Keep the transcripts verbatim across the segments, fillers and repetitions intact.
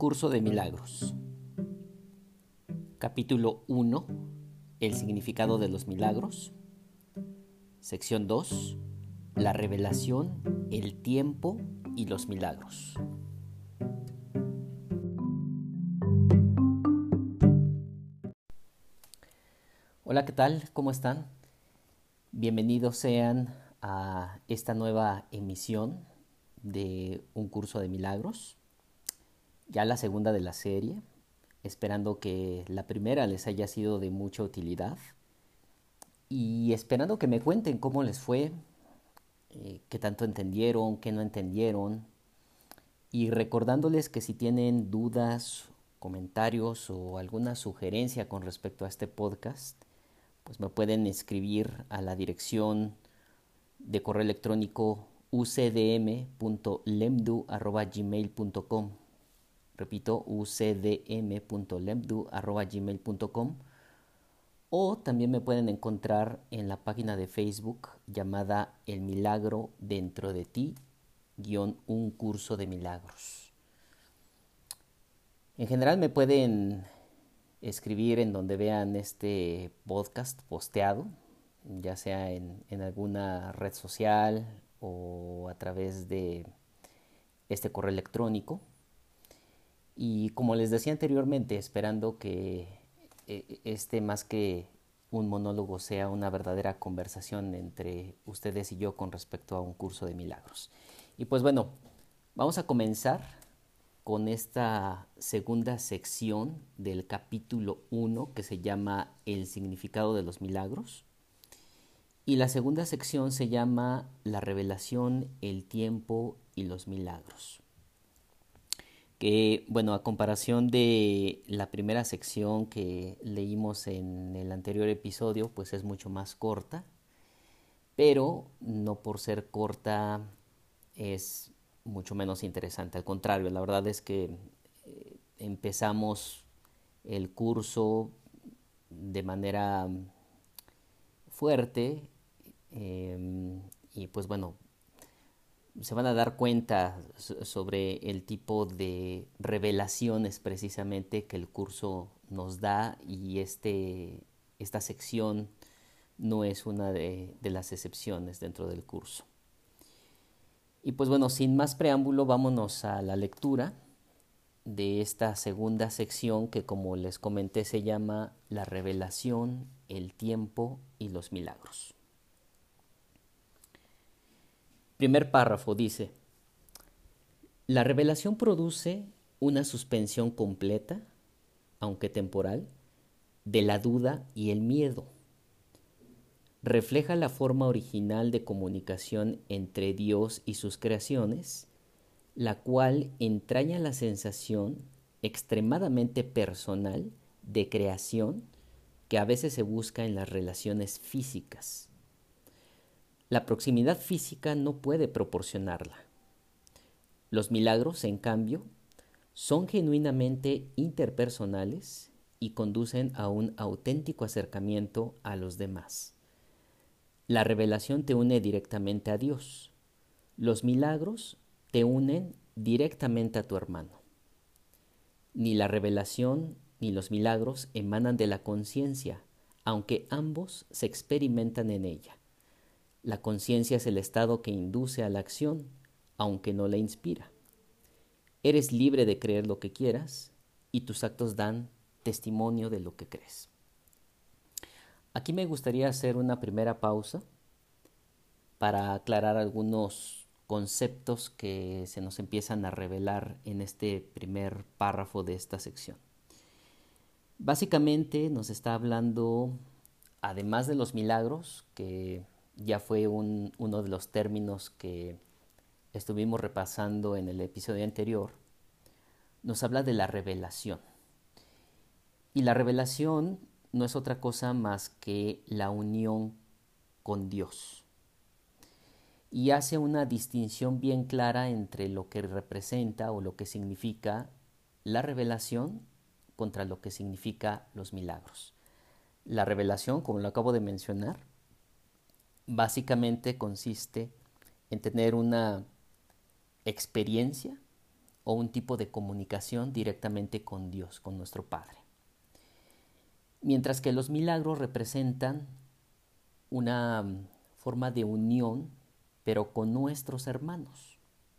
curso de milagros. Capítulo uno. El significado de los milagros. Sección dos. La revelación, el tiempo y los milagros. Hola, ¿qué tal? ¿Cómo están? Bienvenidos sean a esta nueva emisión de un curso de milagros. Ya la segunda de la serie, esperando que la primera les haya sido de mucha utilidad y esperando que me cuenten cómo les fue, eh, qué tanto entendieron, qué no entendieron, y recordándoles que si tienen dudas, comentarios o alguna sugerencia con respecto a este podcast, pues me pueden escribir a la dirección de correo electrónico u c d m punto lemdu arroba gmail punto com. Repito, u c d m punto lemdu arroba gmail punto com, o también me pueden encontrar en la página de Facebook llamada El Milagro Dentro de Ti, guión un curso de milagros. En general me pueden escribir en donde vean este podcast posteado, ya sea en, en alguna red social o a través de este correo electrónico. Y como les decía anteriormente, esperando que este más que un monólogo sea una verdadera conversación entre ustedes y yo con respecto a un curso de milagros. Y pues bueno, vamos a comenzar con esta segunda sección del capítulo uno que se llama El significado de los milagros. Y la segunda sección se llama La revelación, el tiempo y los milagros. Que, bueno, a comparación de la primera sección que leímos en el anterior episodio, pues es mucho más corta, pero no por ser corta es mucho menos interesante. Al contrario, la verdad es que eh, empezamos el curso de manera fuerte eh, y pues bueno, se van a dar cuenta sobre el tipo de revelaciones precisamente que el curso nos da, y este, esta sección no es una de, de las excepciones dentro del curso. Y pues bueno, sin más preámbulo, vámonos a la lectura de esta segunda sección que, como les comenté, se llama La revelación, el tiempo y los milagros. Primer párrafo dice: la revelación produce una suspensión completa, aunque temporal, de la duda y el miedo. Refleja la forma original de comunicación entre Dios y sus creaciones, la cual entraña la sensación extremadamente personal de creación que a veces se busca en las relaciones físicas. La proximidad física no puede proporcionarla. Los milagros, en cambio, son genuinamente interpersonales y conducen a un auténtico acercamiento a los demás. La revelación te une directamente a Dios. Los milagros te unen directamente a tu hermano. Ni la revelación ni los milagros emanan de la conciencia, aunque ambos se experimentan en ella. La conciencia es el estado que induce a la acción, aunque no la inspira. Eres libre de creer lo que quieras y tus actos dan testimonio de lo que crees. Aquí me gustaría hacer una primera pausa para aclarar algunos conceptos que se nos empiezan a revelar en este primer párrafo de esta sección. Básicamente nos está hablando, además de los milagros, que ya fue un, uno de los términos que estuvimos repasando en el episodio anterior, nos habla de la revelación. Y la revelación no es otra cosa más que la unión con Dios. Y hace una distinción bien clara entre lo que representa o lo que significa la revelación contra lo que significa los milagros. La revelación, como lo acabo de mencionar, básicamente consiste en tener una experiencia o un tipo de comunicación directamente con Dios, con nuestro Padre. Mientras que los milagros representan una forma de unión, pero con nuestros hermanos.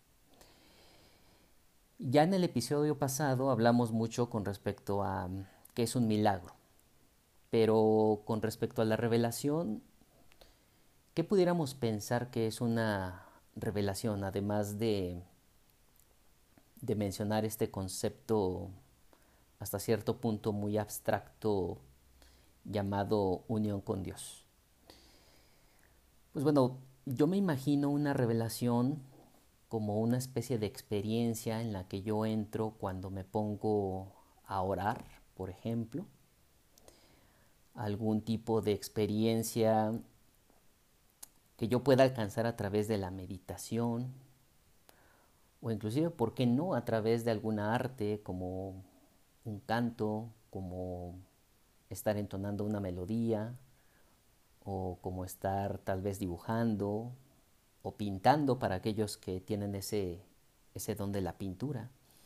Ya en el episodio pasado hablamos mucho con respecto a qué es un milagro, pero con respecto a la revelación, ¿qué pudiéramos pensar que es una revelación, además de, de mencionar este concepto hasta cierto punto muy abstracto llamado unión con Dios? Pues bueno, yo me imagino una revelación como una especie de experiencia en la que yo entro cuando me pongo a orar, por ejemplo. Algún tipo de experiencia que yo pueda alcanzar a través de la meditación o inclusive, ¿por qué no?, a través de alguna arte como un canto, como estar entonando una melodía o como estar tal vez dibujando o pintando para aquellos que tienen ese, ese don de la pintura.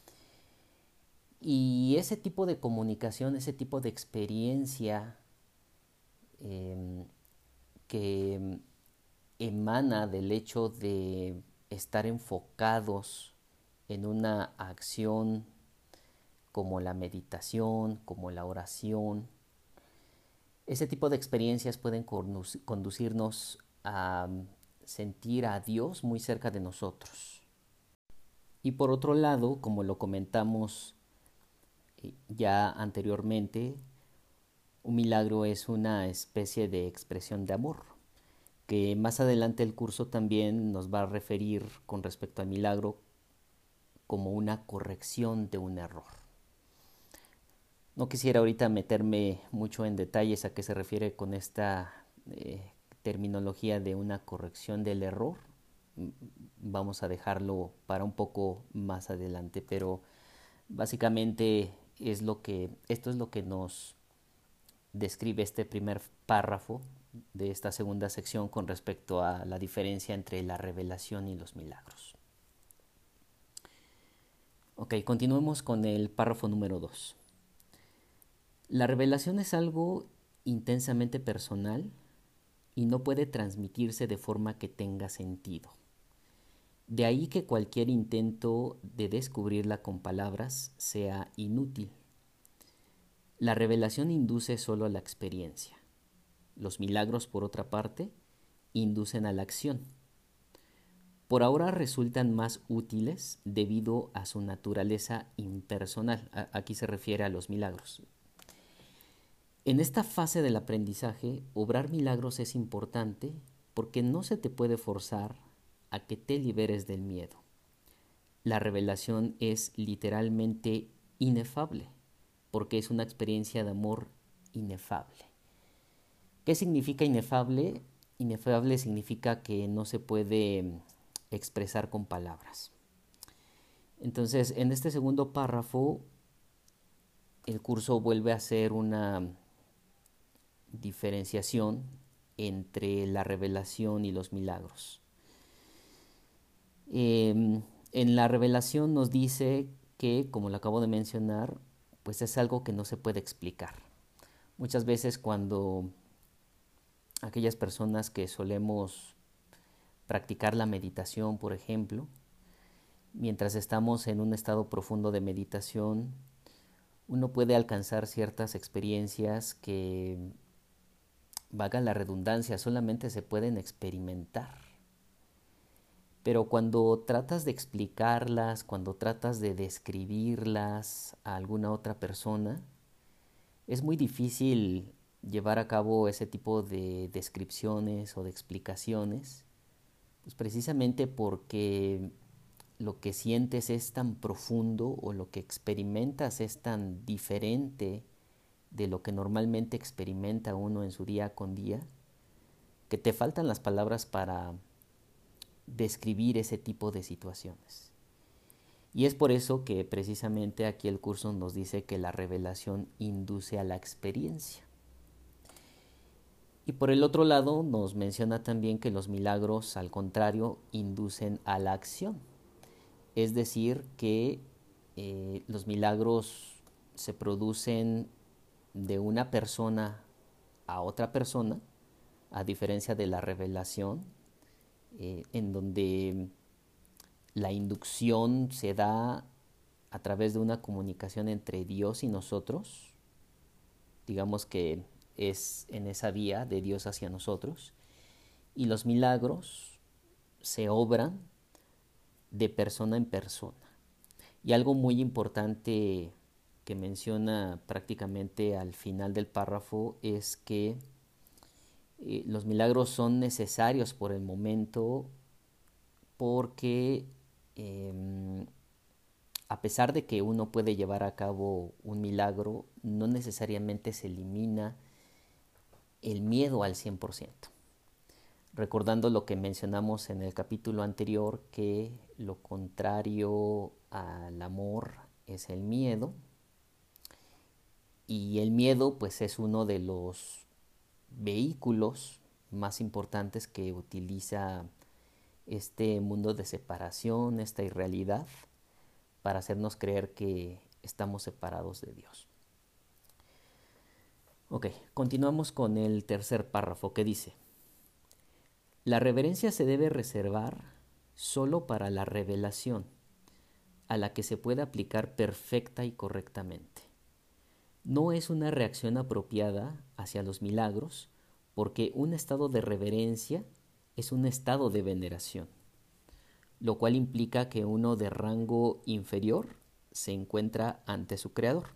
Y ese tipo de comunicación, ese tipo de experiencia eh, que emana del hecho de estar enfocados en una acción como la meditación, como la oración, ese tipo de experiencias pueden conducirnos a sentir a Dios muy cerca de nosotros. Y por otro lado, como lo comentamos ya anteriormente, un milagro es una especie de expresión de amor, que más adelante el curso también nos va a referir con respecto al milagro como una corrección de un error. No quisiera ahorita meterme mucho en detalles a qué se refiere con esta eh, terminología de una corrección del error. Vamos a dejarlo para un poco más adelante, pero básicamente es lo que, esto es lo que nos describe este primer párrafo de esta segunda sección con respecto a la diferencia entre la revelación y los milagros. Ok, continuemos con el párrafo número dos. La revelación es algo intensamente personal y no puede transmitirse de forma que tenga sentido. De ahí que cualquier intento de descubrirla con palabras sea inútil. La revelación induce solo a la experiencia. Los milagros, por otra parte, inducen a la acción. Por ahora resultan más útiles debido a su naturaleza impersonal. Aquí se refiere a los milagros. En esta fase del aprendizaje, obrar milagros es importante porque no se te puede forzar a que te liberes del miedo. La revelación es literalmente inefable porque es una experiencia de amor inefable. ¿Qué significa inefable? Inefable significa que no se puede expresar con palabras. Entonces, en este segundo párrafo, el curso vuelve a hacer una diferenciación entre la revelación y los milagros. Eh, en la revelación nos dice que, como lo acabo de mencionar, pues es algo que no se puede explicar. Muchas veces cuando aquellas personas que solemos practicar la meditación, por ejemplo, mientras estamos en un estado profundo de meditación, uno puede alcanzar ciertas experiencias que, valga la redundancia, solamente se pueden experimentar. Pero cuando tratas de explicarlas, cuando tratas de describirlas a alguna otra persona, es muy difícil llevar a cabo ese tipo de descripciones o de explicaciones, pues precisamente porque lo que sientes es tan profundo o lo que experimentas es tan diferente de lo que normalmente experimenta uno en su día con día, que te faltan las palabras para describir ese tipo de situaciones. Y es por eso que precisamente aquí el curso nos dice que la revelación induce a la experiencia. Y por el otro lado nos menciona también que los milagros, al contrario, inducen a la acción. Es decir, que eh, los milagros se producen de una persona a otra persona, a diferencia de la revelación, eh, en donde la inducción se da a través de una comunicación entre Dios y nosotros, digamos que es en esa vía de Dios hacia nosotros, y los milagros se obran de persona en persona. Y algo muy importante que menciona prácticamente al final del párrafo es que eh, los milagros son necesarios por el momento porque eh, a pesar de que uno puede llevar a cabo un milagro, no necesariamente se elimina el miedo al cien por ciento. Recordando lo que mencionamos en el capítulo anterior, que lo contrario al amor es el miedo, y el miedo pues es uno de los vehículos más importantes que utiliza este mundo de separación, esta irrealidad, para hacernos creer que estamos separados de Dios. Ok, continuamos con el tercer párrafo que dice: la reverencia se debe reservar solo para la revelación, a la que se puede aplicar perfecta y correctamente. No es una reacción apropiada hacia los milagros, porque un estado de reverencia es un estado de veneración, lo cual implica que uno de rango inferior se encuentra ante su creador.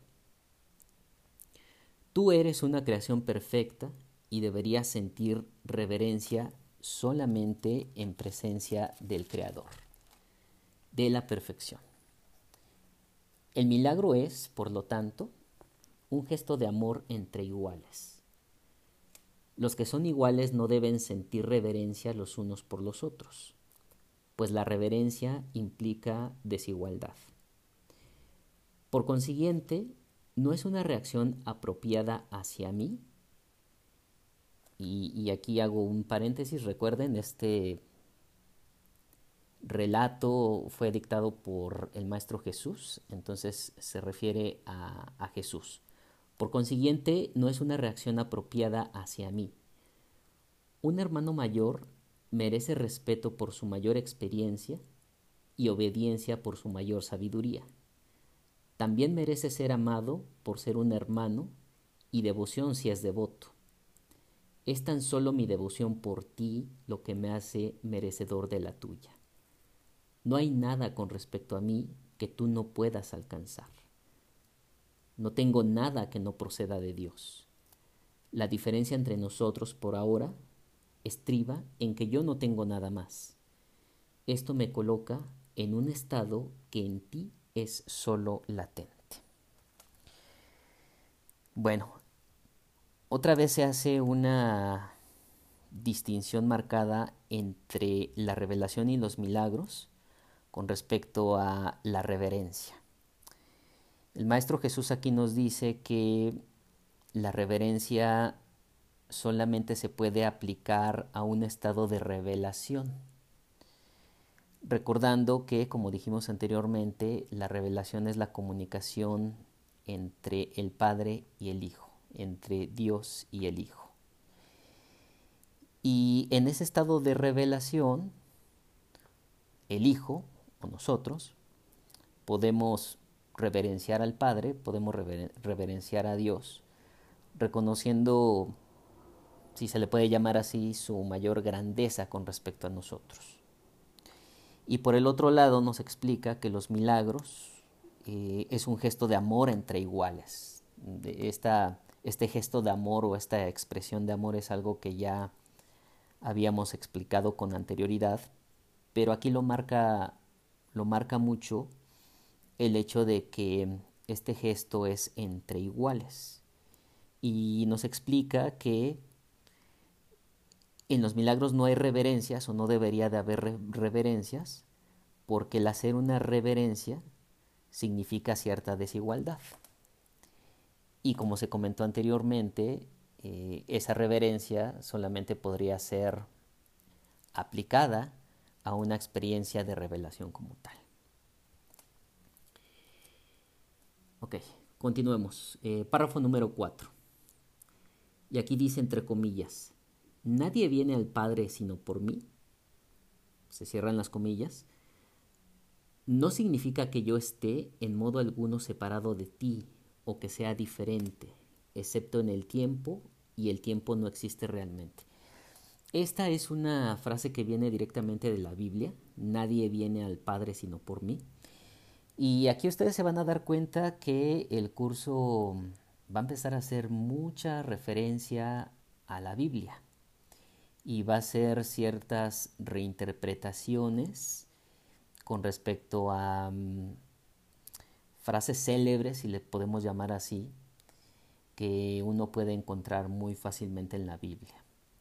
Tú eres una creación perfecta y deberías sentir reverencia solamente en presencia del creador, de la perfección. El milagro es, por lo tanto, un gesto de amor entre iguales. Los que son iguales no deben sentir reverencia los unos por los otros, pues la reverencia implica desigualdad. Por consiguiente, no es una reacción apropiada hacia mí. Y, y aquí hago un paréntesis. Recuerden, este relato fue dictado por el Maestro Jesús, entonces se refiere a, a Jesús. Por consiguiente, no es una reacción apropiada hacia mí. Un hermano mayor merece respeto por su mayor experiencia y obediencia por su mayor sabiduría. También merece ser amado por ser un hermano y devoción si es devoto. Es tan solo mi devoción por ti lo que me hace merecedor de la tuya. No hay nada con respecto a mí que tú no puedas alcanzar. No tengo nada que no proceda de Dios. La diferencia entre nosotros por ahora estriba en que yo no tengo nada más. Esto me coloca en un estado que en ti es solo latente. Bueno, otra vez se hace una distinción marcada entre la revelación y los milagros con respecto a la reverencia. El Maestro Jesús aquí nos dice que la reverencia solamente se puede aplicar a un estado de revelación, recordando que, como dijimos anteriormente, la revelación es la comunicación entre el Padre y el Hijo, entre Dios y el Hijo. Y en ese estado de revelación, el Hijo, o nosotros, podemos reverenciar al Padre, podemos rever- reverenciar a Dios, reconociendo, si se le puede llamar así, su mayor grandeza con respecto a nosotros. Y por el otro lado nos explica que los milagros eh, es un gesto de amor entre iguales. De esta, este gesto de amor o esta expresión de amor es algo que ya habíamos explicado con anterioridad, pero aquí lo marca, lo marca mucho el hecho de que este gesto es entre iguales. Y nos explica que en los milagros no hay reverencias o no debería de haber re- reverencias, porque el hacer una reverencia significa cierta desigualdad. Y como se comentó anteriormente, eh, esa reverencia solamente podría ser aplicada a una experiencia de revelación como tal. Ok, continuemos. Eh, párrafo número cuatro. Y aquí dice entre comillas, nadie viene al Padre sino por mí. Se cierran las comillas. No significa que yo esté en modo alguno separado de ti o que sea diferente, excepto en el tiempo, y el tiempo no existe realmente. Esta es una frase que viene directamente de la Biblia. Nadie viene al Padre sino por mí. Y aquí ustedes se van a dar cuenta que el curso va a empezar a hacer mucha referencia a la Biblia y va a hacer ciertas reinterpretaciones con respecto a um, frases célebres, si le podemos llamar así, que uno puede encontrar muy fácilmente en la Biblia.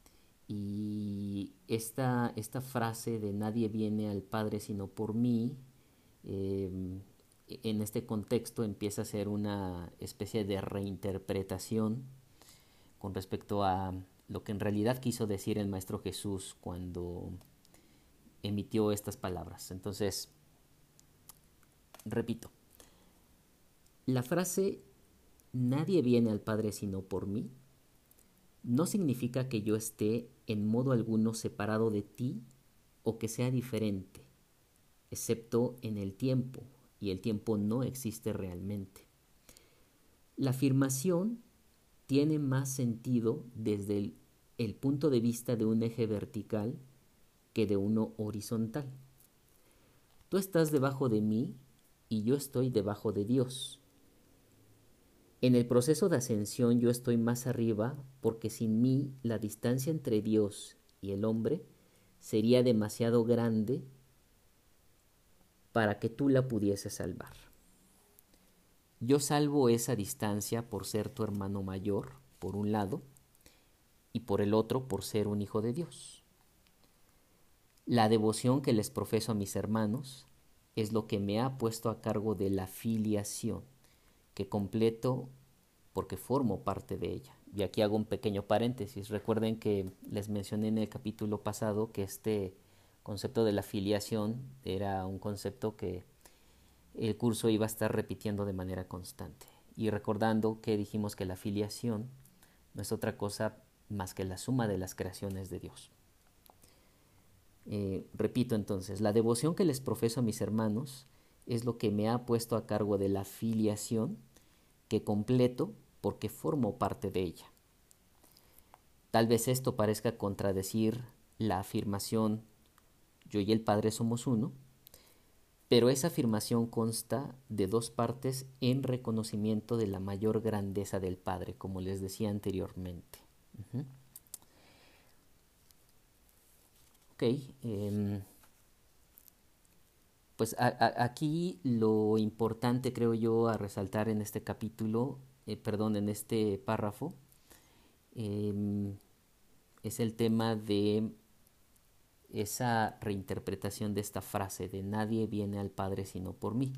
Y esta, esta frase de nadie viene al Padre sino por mí, eh, en este contexto empieza a ser una especie de reinterpretación con respecto a lo que en realidad quiso decir el Maestro Jesús cuando emitió estas palabras. Entonces, repito, la frase nadie viene al Padre sino por mí no significa que yo esté en modo alguno separado de ti o que sea diferente, excepto en el tiempo, y el tiempo no existe realmente. La afirmación tiene más sentido desde el, el punto de vista de un eje vertical que de uno horizontal. Tú estás debajo de mí y yo estoy debajo de Dios. En el proceso de ascensión yo estoy más arriba porque sin mí la distancia entre Dios y el hombre sería demasiado grande para que tú la pudieses salvar. Yo salvo esa distancia por ser tu hermano mayor, por un lado, y por el otro por ser un hijo de Dios. La devoción que les profeso a mis hermanos es lo que me ha puesto a cargo de la filiación, que completo porque formo parte de ella. Y aquí hago un pequeño paréntesis. Recuerden que les mencioné en el capítulo pasado que este concepto de la filiación era un concepto que el curso iba a estar repitiendo de manera constante. Y recordando que dijimos que la filiación no es otra cosa más que la suma de las creaciones de Dios. Eh, repito entonces, la devoción que les profeso a mis hermanos es lo que me ha puesto a cargo de la filiación que completo porque formo parte de ella. Tal vez esto parezca contradecir la afirmación yo y el Padre somos uno, pero esa afirmación consta de dos partes en reconocimiento de la mayor grandeza del Padre, como les decía anteriormente. Uh-huh. Ok, eh, pues a, a, aquí lo importante creo yo a resaltar en este capítulo, eh, perdón, en este párrafo, eh, es el tema de esa reinterpretación de esta frase de nadie viene al Padre sino por mí.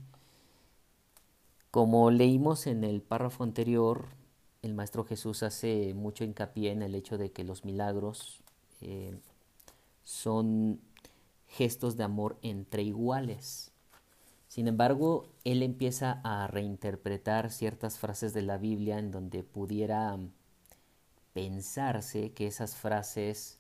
Como leímos en el párrafo anterior, el Maestro Jesús hace mucho hincapié en el hecho de que los milagros eh, son gestos de amor entre iguales. Sin embargo, él empieza a reinterpretar ciertas frases de la Biblia en donde pudiera pensarse que esas frases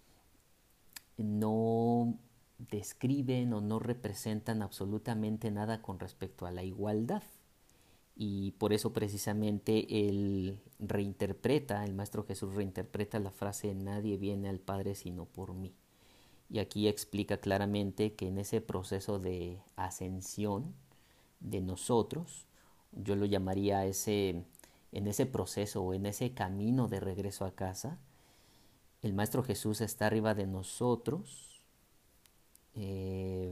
no describen o no representan absolutamente nada con respecto a la igualdad. Y por eso precisamente él reinterpreta, el Maestro Jesús reinterpreta la frase nadie viene al Padre sino por mí. Y aquí explica claramente que en ese proceso de ascensión de nosotros, yo lo llamaría ese, en ese proceso o en ese camino de regreso a casa, el Maestro Jesús está arriba de nosotros, eh,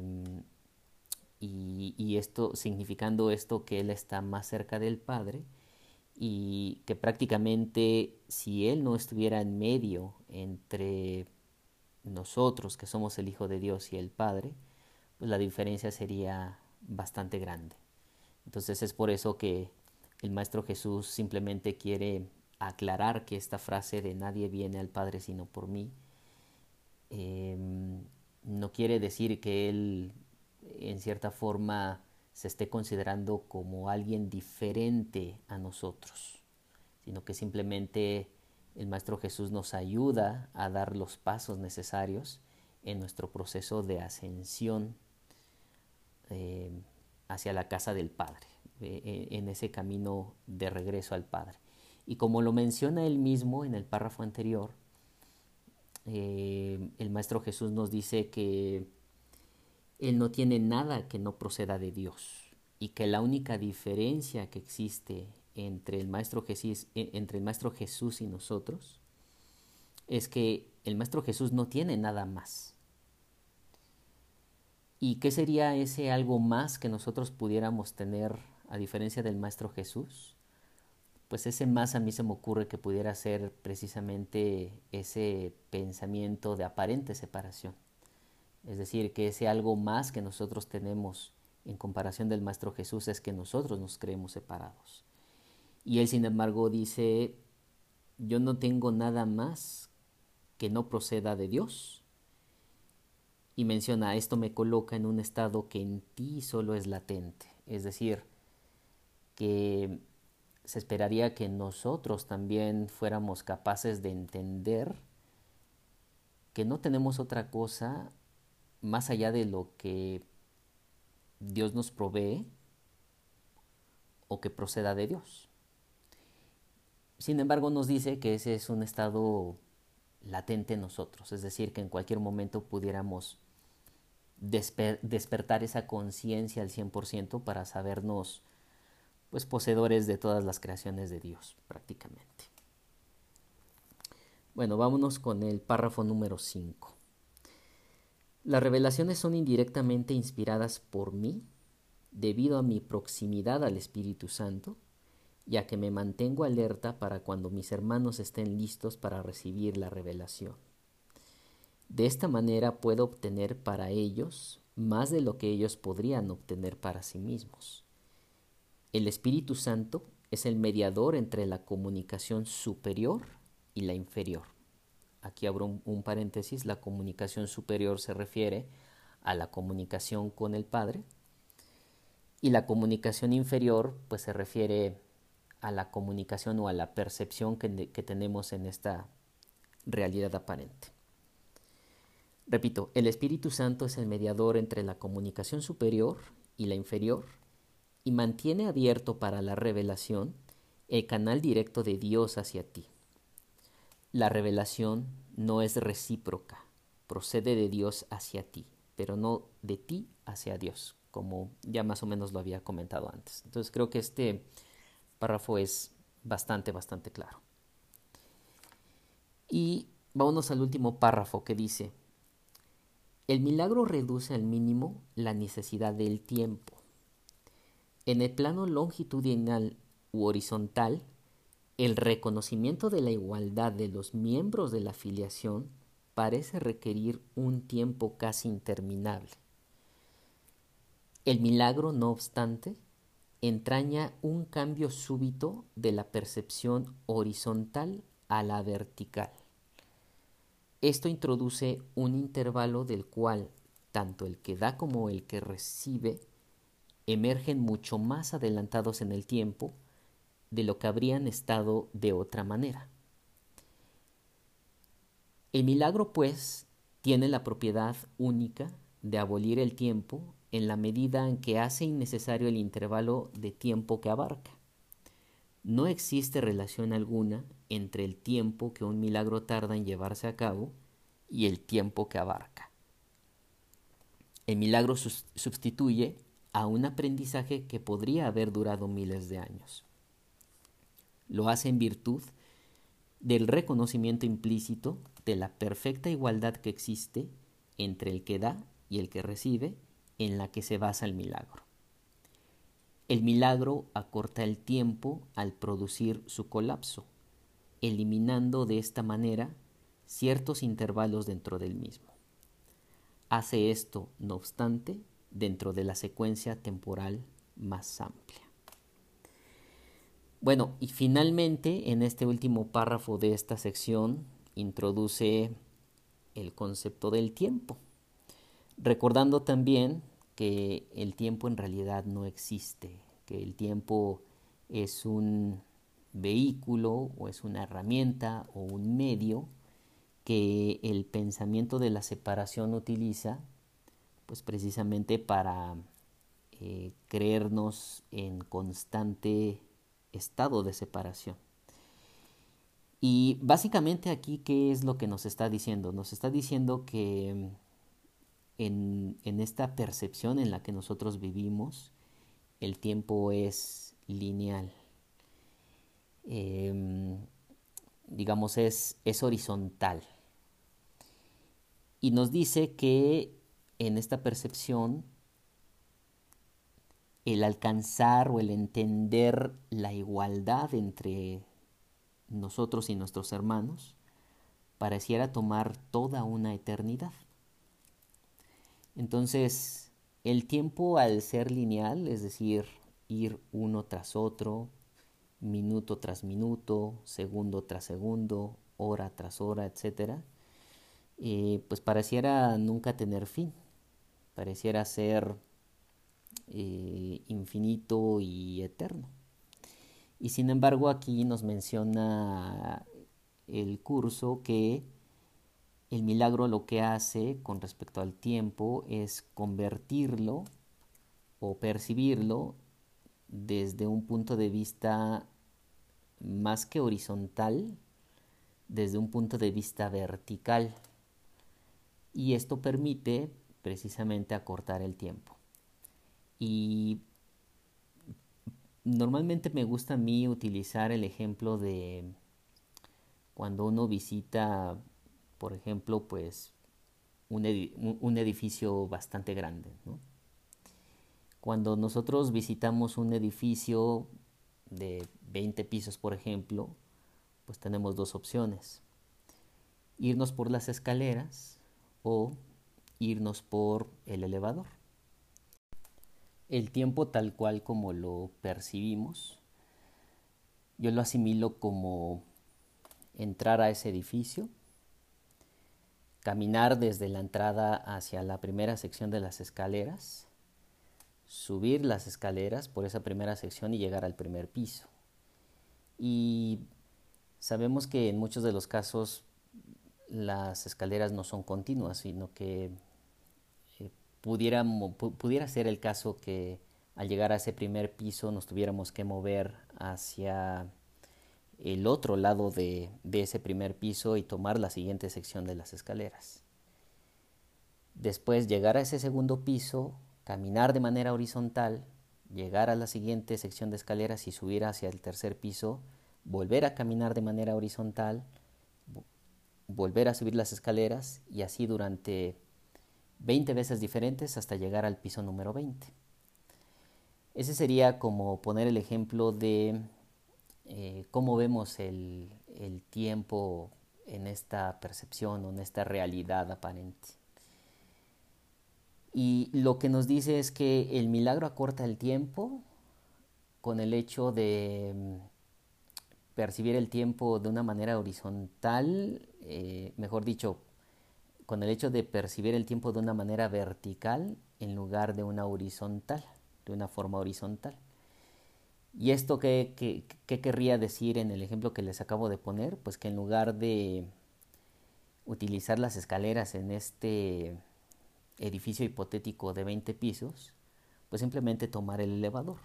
y, y esto significando esto que Él está más cerca del Padre y que prácticamente si Él no estuviera en medio entre nosotros que somos el Hijo de Dios y el Padre, pues la diferencia sería bastante grande. Entonces es por eso que el Maestro Jesús simplemente quiere aclarar que esta frase de nadie viene al Padre sino por mí, eh, no quiere decir que Él en cierta forma se esté considerando como alguien diferente a nosotros, sino que simplemente el Maestro Jesús nos ayuda a dar los pasos necesarios en nuestro proceso de ascensión eh, hacia la casa del Padre, eh, en ese camino de regreso al Padre. Y como lo menciona él mismo en el párrafo anterior, eh, el Maestro Jesús nos dice que él no tiene nada que no proceda de Dios y que la única diferencia que existe entre el Maestro Jesús, entre el Maestro Jesús y nosotros es que el Maestro Jesús no tiene nada más. ¿Y qué sería ese algo más que nosotros pudiéramos tener a diferencia del Maestro Jesús? Pues ese más a mí se me ocurre que pudiera ser precisamente ese pensamiento de aparente separación. Es decir, que ese algo más que nosotros tenemos en comparación del Maestro Jesús es que nosotros nos creemos separados. Y él, sin embargo, dice, yo no tengo nada más que no proceda de Dios. Y menciona, esto me coloca en un estado que en ti solo es latente. Es decir, que se esperaría que nosotros también fuéramos capaces de entender que no tenemos otra cosa más allá de lo que Dios nos provee o que proceda de Dios. Sin embargo, nos dice que ese es un estado latente en nosotros, es decir, que en cualquier momento pudiéramos desper- despertar esa conciencia al cien por ciento para sabernos pues poseedores de todas las creaciones de Dios prácticamente. Bueno, vámonos con el párrafo número cinco. Las revelaciones son indirectamente inspiradas por mí debido a mi proximidad al Espíritu Santo, ya que me mantengo alerta para cuando mis hermanos estén listos para recibir la revelación. De esta manera puedo obtener para ellos más de lo que ellos podrían obtener para sí mismos. El Espíritu Santo es el mediador entre la comunicación superior y la inferior. Aquí abro un, un paréntesis, la comunicación superior se refiere a la comunicación con el Padre y la comunicación inferior pues se refiere a la comunicación o a la percepción que, que tenemos en esta realidad aparente. Repito, el Espíritu Santo es el mediador entre la comunicación superior y la inferior y mantiene abierto para la revelación el canal directo de Dios hacia ti. La revelación no es recíproca, procede de Dios hacia ti, pero no de ti hacia Dios, como ya más o menos lo había comentado antes. Entonces creo que este párrafo es bastante, bastante claro. Y vámonos al último párrafo que dice, el milagro reduce al mínimo la necesidad del tiempo. En el plano longitudinal u horizontal, el reconocimiento de la igualdad de los miembros de la filiación parece requerir un tiempo casi interminable. El milagro, no obstante, entraña un cambio súbito de la percepción horizontal a la vertical. Esto introduce un intervalo del cual tanto el que da como el que recibe emergen mucho más adelantados en el tiempo de lo que habrían estado de otra manera. El milagro, pues, tiene la propiedad única de abolir el tiempo en la medida en que hace innecesario el intervalo de tiempo que abarca. No existe relación alguna entre el tiempo que un milagro tarda en llevarse a cabo y el tiempo que abarca. El milagro sustituye a un aprendizaje que podría haber durado miles de años. Lo hace en virtud del reconocimiento implícito de la perfecta igualdad que existe entre el que da y el que recibe, en la que se basa el milagro. El milagro acorta el tiempo al producir su colapso, eliminando de esta manera ciertos intervalos dentro del mismo. Hace esto, no obstante, dentro de la secuencia temporal más amplia. Bueno, y finalmente, en este último párrafo de esta sección, introduce el concepto del tiempo, recordando también que el tiempo en realidad no existe, que el tiempo es un vehículo o es una herramienta o un medio que el pensamiento de la separación utiliza pues precisamente para eh, creernos en constante estado de separación. Y básicamente aquí, ¿qué es lo que nos está diciendo? Nos está diciendo que en, en esta percepción en la que nosotros vivimos, el tiempo es lineal. Eh, digamos, es, es horizontal. Y nos dice que en esta percepción el alcanzar o el entender la igualdad entre nosotros y nuestros hermanos pareciera tomar toda una eternidad. Entonces, el tiempo al ser lineal, es decir, ir uno tras otro, minuto tras minuto, segundo tras segundo, hora tras hora, etcétera, eh, pues pareciera nunca tener fin, pareciera ser eh, infinito y eterno. Y sin embargo aquí nos menciona el curso que el milagro lo que hace con respecto al tiempo es convertirlo o percibirlo desde un punto de vista más que horizontal, desde un punto de vista vertical. Y esto permite precisamente acortar el tiempo. Y normalmente me gusta a mí utilizar el ejemplo de cuando uno visita, por ejemplo, pues un, edi- un edificio bastante grande, ¿no? Cuando nosotros visitamos un edificio de veinte pisos, por ejemplo, pues tenemos dos opciones: irnos por las escaleras o irnos por el elevador. El tiempo tal cual como lo percibimos, yo lo asimilo como entrar a ese edificio, caminar desde la entrada hacia la primera sección de las escaleras, subir las escaleras por esa primera sección y llegar al primer piso. Y sabemos que en muchos de los casos las escaleras no son continuas, sino que eh, pudiera, pudiera ser el caso que al llegar a ese primer piso nos tuviéramos que mover hacia el otro lado de, de ese primer piso y tomar la siguiente sección de las escaleras. Después llegar a ese segundo piso, caminar de manera horizontal, llegar a la siguiente sección de escaleras y subir hacia el tercer piso, volver a caminar de manera horizontal, volver a subir las escaleras y así durante veinte veces diferentes hasta llegar al piso número veinte. Ese sería como poner el ejemplo de eh, cómo vemos el, el tiempo en esta percepción o en esta realidad aparente. Y lo que nos dice es que el milagro acorta el tiempo con el hecho de mm, percibir el tiempo de una manera horizontal, eh, mejor dicho, con el hecho de percibir el tiempo de una manera vertical en lugar de una horizontal, de una forma horizontal. ¿Y esto qué, qué, qué querría decir en el ejemplo que les acabo de poner? Pues que en lugar de utilizar las escaleras en este edificio hipotético de veinte pisos, pues simplemente tomar el elevador.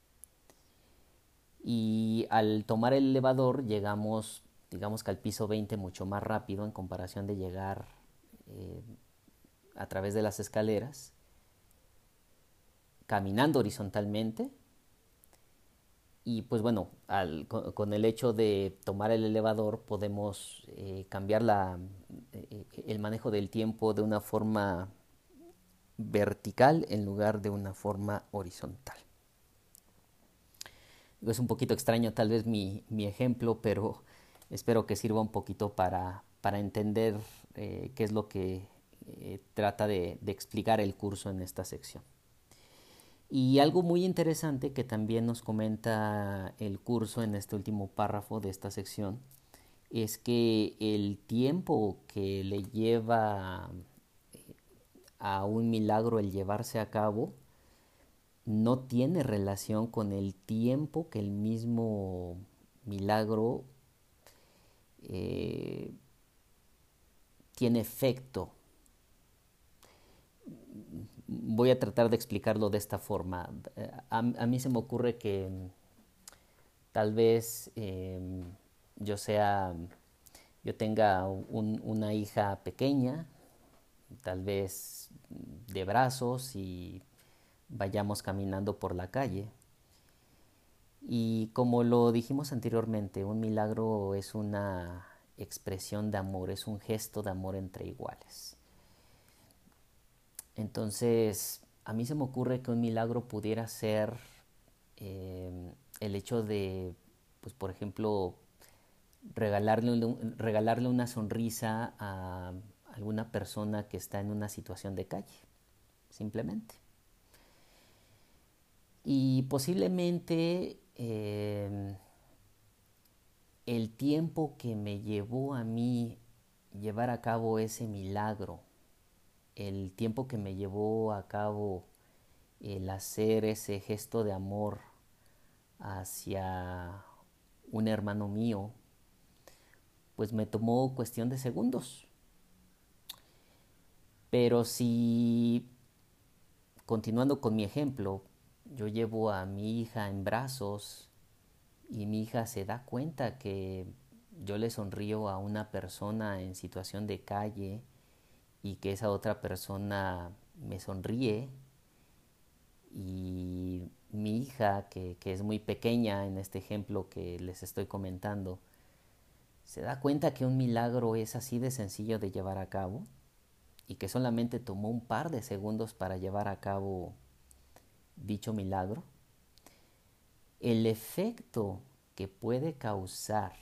Y al tomar el elevador llegamos, digamos que al piso veinte mucho más rápido en comparación de llegar eh, a través de las escaleras, caminando horizontalmente. Y pues bueno, al, con, con, el hecho de tomar el elevador podemos eh, cambiar la, eh, el manejo del tiempo de una forma vertical en lugar de una forma horizontal. Es un poquito extraño tal vez mi, mi ejemplo, pero espero que sirva un poquito para, para entender eh, qué es lo que eh, trata de, de explicar el curso en esta sección. Y algo muy interesante que también nos comenta el curso en este último párrafo de esta sección es que el tiempo que le lleva a un milagro el llevarse a cabo no tiene relación con el tiempo que el mismo milagro eh, tiene efecto. Voy a tratar de explicarlo de esta forma. A, a mí se me ocurre que tal vez eh, yo sea, yo tenga un, una hija pequeña, tal vez de brazos, y vayamos caminando por la calle. Y como lo dijimos anteriormente, un milagro es una expresión de amor, es un gesto de amor entre iguales. Entonces, a mí se me ocurre que un milagro pudiera ser eh, el hecho de, pues por ejemplo, regalarle, regalarle una sonrisa a alguna persona que está en una situación de calle, simplemente. Y posiblemente eh, el tiempo que me llevó a mí llevar a cabo ese milagro, el tiempo que me llevó a cabo el hacer ese gesto de amor hacia un hermano mío, pues me tomó cuestión de segundos. Pero si, continuando con mi ejemplo, yo llevo a mi hija en brazos y mi hija se da cuenta que yo le sonrío a una persona en situación de calle y que esa otra persona me sonríe, y mi hija, que, que es muy pequeña en este ejemplo que les estoy comentando, se da cuenta que un milagro es así de sencillo de llevar a cabo y que solamente tomó un par de segundos para llevar a cabo dicho milagro, el efecto que puede causar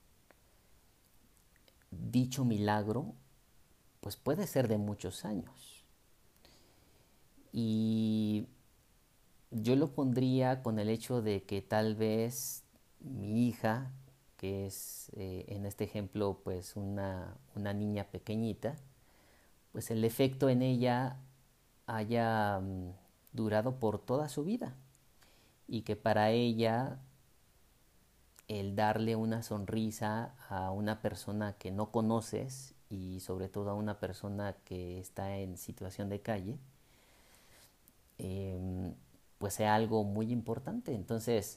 dicho milagro pues puede ser de muchos años. Y yo lo pondría con el hecho de que tal vez mi hija, que es eh, en este ejemplo pues una, una niña pequeñita, pues el efecto en ella haya um, durado por toda su vida, y que para ella el darle una sonrisa a una persona que no conoces, y sobre todo a una persona que está en situación de calle, eh, pues sea algo muy importante. Entonces,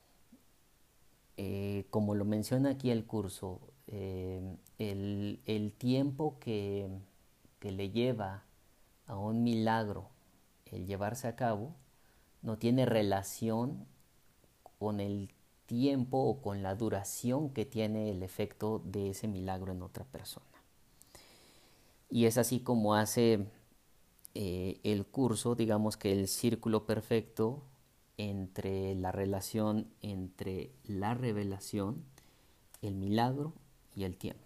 eh, como lo menciona aquí el curso, eh, el, el tiempo que, que le lleva a un milagro el llevarse a cabo no tiene relación con el tiempo o con la duración que tiene el efecto de ese milagro en otra persona. Y es así como hace eh, el curso, digamos que el círculo perfecto entre la relación entre la revelación, el milagro y el tiempo.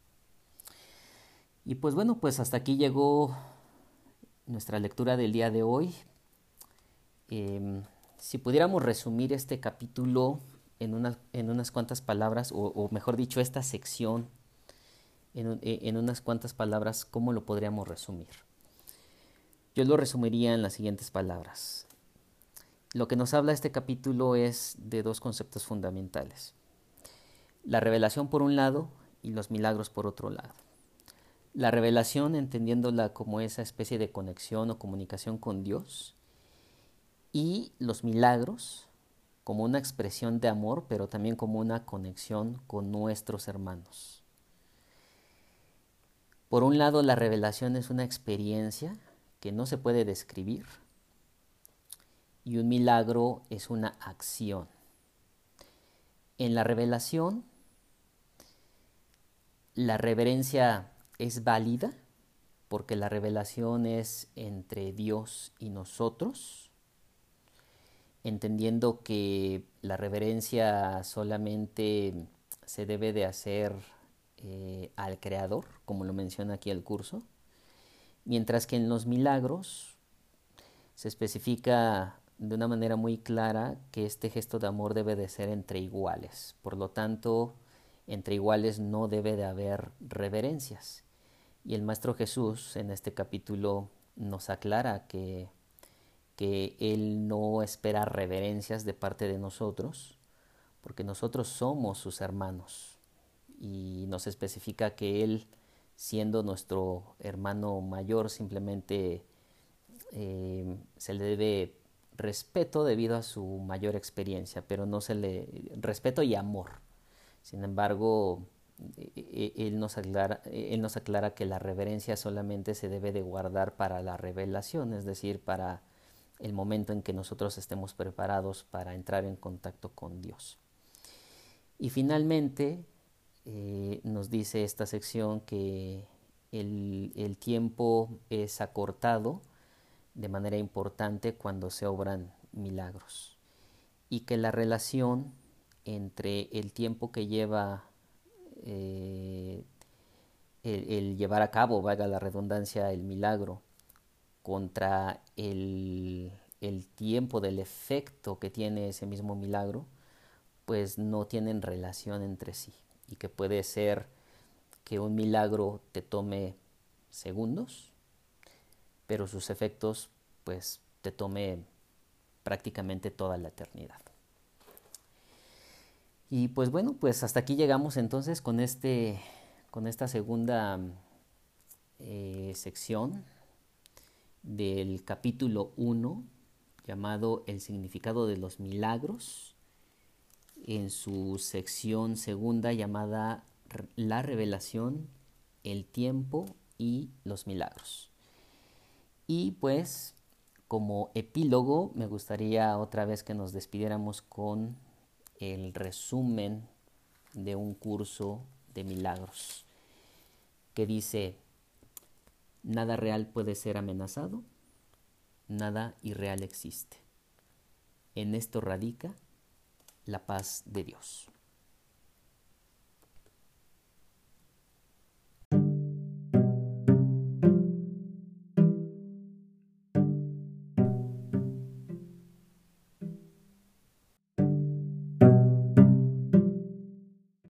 Y pues bueno, pues hasta aquí llegó nuestra lectura del día de hoy. Eh, si pudiéramos resumir este capítulo en, una, en unas cuantas palabras, o, o mejor dicho, esta sección en, en unas cuantas palabras, ¿cómo lo podríamos resumir? Yo lo resumiría en las siguientes palabras. Lo que nos habla este capítulo es de dos conceptos fundamentales: la revelación por un lado y los milagros por otro lado. La revelación entendiéndola como esa especie de conexión o comunicación con Dios, y los milagros como una expresión de amor, pero también como una conexión con nuestros hermanos. Por un lado, la revelación es una experiencia que no se puede describir, y un milagro es una acción. En la revelación, la reverencia es válida porque la revelación es entre Dios y nosotros, entendiendo que la reverencia solamente se debe de hacer eh, al Creador, como lo menciona aquí el curso, mientras que en los milagros se especifica de una manera muy clara que este gesto de amor debe de ser entre iguales. Por lo tanto, entre iguales no debe de haber reverencias. Y el Maestro Jesús en este capítulo nos aclara que, que Él no espera reverencias de parte de nosotros, porque nosotros somos sus hermanos. Y nos especifica que Él, siendo nuestro hermano mayor, simplemente eh, se le debe respeto debido a su mayor experiencia, pero no se le respeto y amor. Sin embargo, él nos aclara, él nos aclara que la reverencia solamente se debe de guardar para la revelación, es decir, para el momento en que nosotros estemos preparados para entrar en contacto con Dios. Y finalmente eh, nos dice esta sección que el, el tiempo es acortado de manera importante cuando se obran milagros y que la relación entre el tiempo que lleva eh, el, el llevar a cabo, valga la redundancia, el milagro contra el, el tiempo del efecto que tiene ese mismo milagro, pues no tienen relación entre sí y que puede ser que un milagro te tome segundos, pero sus efectos pues te tome prácticamente toda la eternidad. Y pues bueno, pues hasta aquí llegamos entonces con este con esta segunda eh, sección del capítulo uno llamado El significado de los milagros, en su sección segunda llamada La revelación, el tiempo y los milagros. Y pues como epílogo me gustaría otra vez que nos despidiéramos con el resumen de un curso de milagros que dice: nada real puede ser amenazado, nada irreal existe. En esto radica la paz de Dios.